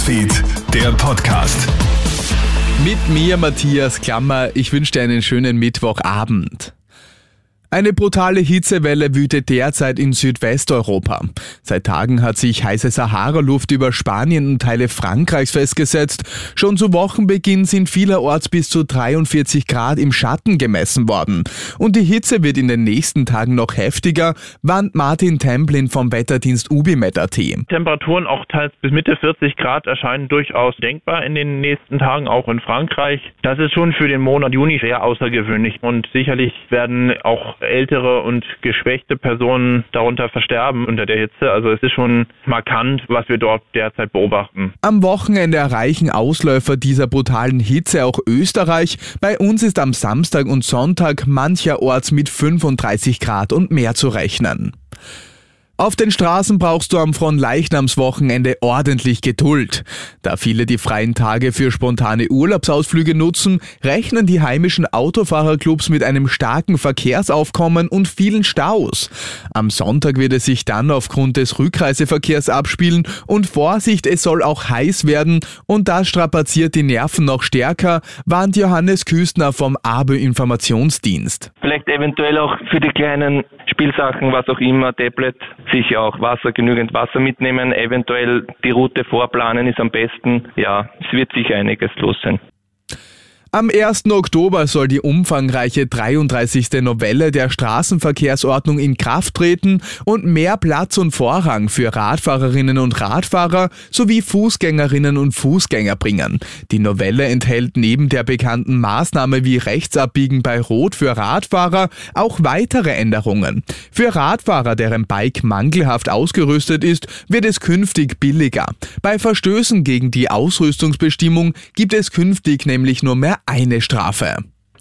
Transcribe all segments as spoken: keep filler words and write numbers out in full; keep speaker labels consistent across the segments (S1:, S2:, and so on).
S1: Newsfeed, der Podcast.
S2: Mit mir, Matthias Klammer, ich wünsche dir einen schönen Mittwochabend. Eine brutale Hitzewelle wütet derzeit in Südwesteuropa. Seit Tagen hat sich heiße Sahara-Luft über Spanien und Teile Frankreichs festgesetzt. Schon zu Wochenbeginn sind vielerorts bis zu dreiundvierzig Grad im Schatten gemessen worden. Und die Hitze wird in den nächsten Tagen noch heftiger, warnt Martin Templin vom Wetterdienst Ubimet Punkt at.
S3: Temperaturen auch teils bis Mitte vierzig Grad erscheinen durchaus denkbar in den nächsten Tagen, auch in Frankreich. Das ist schon für den Monat Juni sehr außergewöhnlich und sicherlich werden auch ältere und geschwächte Personen darunter versterben unter der Hitze. Also es ist schon markant, was wir dort derzeit beobachten.
S2: Am Wochenende erreichen Ausläufer dieser brutalen Hitze auch Österreich. Bei uns ist am Samstag und Sonntag mancherorts mit fünfunddreißig Grad und mehr zu rechnen. Auf den Straßen brauchst du am Fronleichnamswochenende ordentlich Geduld. Da viele die freien Tage für spontane Urlaubsausflüge nutzen, rechnen die heimischen Autofahrerclubs mit einem starken Verkehrsaufkommen und vielen Staus. Am Sonntag wird es sich dann aufgrund des Rückreiseverkehrs abspielen und Vorsicht, es soll auch heiß werden und das strapaziert die Nerven noch stärker, warnt Johannes Küstner vom A B Ö Informationsdienst.
S4: Vielleicht eventuell auch für die kleinen Spielsachen, was auch immer, Tablet, sicher auch Wasser, genügend Wasser mitnehmen, eventuell die Route vorplanen ist am besten. Ja, es wird sicher einiges los sein.
S2: Am ersten Oktober soll die umfangreiche dreiunddreißigste Novelle der Straßenverkehrsordnung in Kraft treten und mehr Platz und Vorrang für Radfahrerinnen und Radfahrer sowie Fußgängerinnen und Fußgänger bringen. Die Novelle enthält neben der bekannten Maßnahme wie Rechtsabbiegen bei Rot für Radfahrer auch weitere Änderungen. Für Radfahrer, deren Bike mangelhaft ausgerüstet ist, wird es künftig billiger. Bei Verstößen gegen die Ausrüstungsbestimmung gibt es künftig nämlich nur mehr eine Strafe.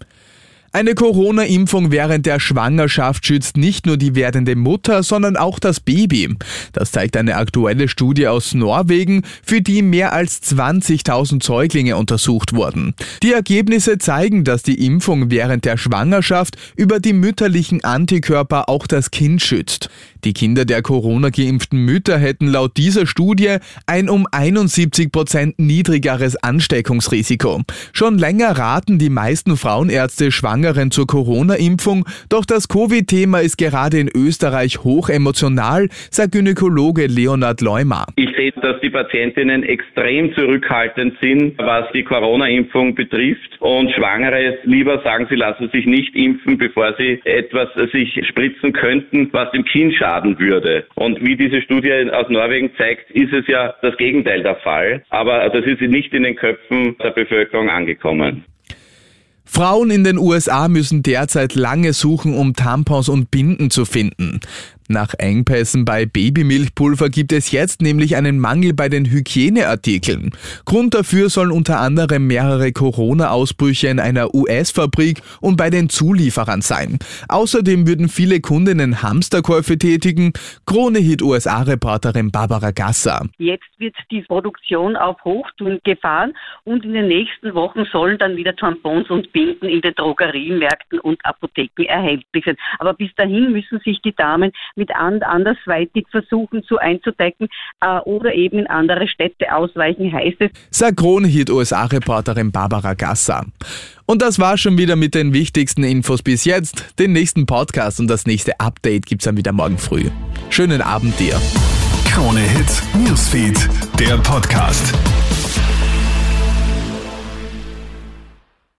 S2: Eine Corona-Impfung während der Schwangerschaft schützt nicht nur die werdende Mutter, sondern auch das Baby. Das zeigt eine aktuelle Studie aus Norwegen, für die mehr als zwanzigtausend Säuglinge untersucht wurden. Die Ergebnisse zeigen, dass die Impfung während der Schwangerschaft über die mütterlichen Antikörper auch das Kind schützt. Die Kinder der Corona-geimpften Mütter hätten laut dieser Studie ein um einundsiebzig Prozent niedrigeres Ansteckungsrisiko. Schon länger raten die meisten Frauenärzte Schwangeren zur Corona-Impfung, doch das Covid-Thema ist gerade in Österreich hochemotional, sagt Gynäkologe Leonhard Leumer.
S5: Ich sehe, dass die Patientinnen extrem zurückhaltend sind, was die Corona-Impfung betrifft, und Schwangere lieber sagen, sie lassen sich nicht impfen, bevor sie etwas sich spritzen könnten, was dem Kind schaden würde. Und wie diese Studie aus Norwegen zeigt, ist es ja das Gegenteil der Fall. Aber das ist nicht in den Köpfen der Bevölkerung angekommen.
S2: Frauen in den U S A müssen derzeit lange suchen, um Tampons und Binden zu finden. Nach Engpässen bei Babymilchpulver gibt es jetzt nämlich einen Mangel bei den Hygieneartikeln. Grund dafür sollen unter anderem mehrere Corona-Ausbrüche in einer U S-Fabrik und bei den Zulieferern sein. Außerdem würden viele Kundinnen Hamsterkäufe tätigen. Krone-Hit U S A-Reporterin Barbara Gasser.
S6: Jetzt wird die Produktion auf Hochtouren gefahren und in den nächsten Wochen sollen dann wieder Tampons und Binden in den Drogeriemärkten und Apotheken erhältlich sein. Aber bis dahin müssen sich die Damen mit andersweitig versuchen zu einzudecken äh, oder eben in andere Städte ausweichen, heißt es.
S2: Sagt Krone-Hit U S A-Reporterin Barbara Gasser. Und das war schon wieder mit den wichtigsten Infos bis jetzt. Den nächsten Podcast und das nächste Update gibt's dann wieder morgen früh. Schönen Abend dir.
S1: Krone-Hit Newsfeed, der Podcast.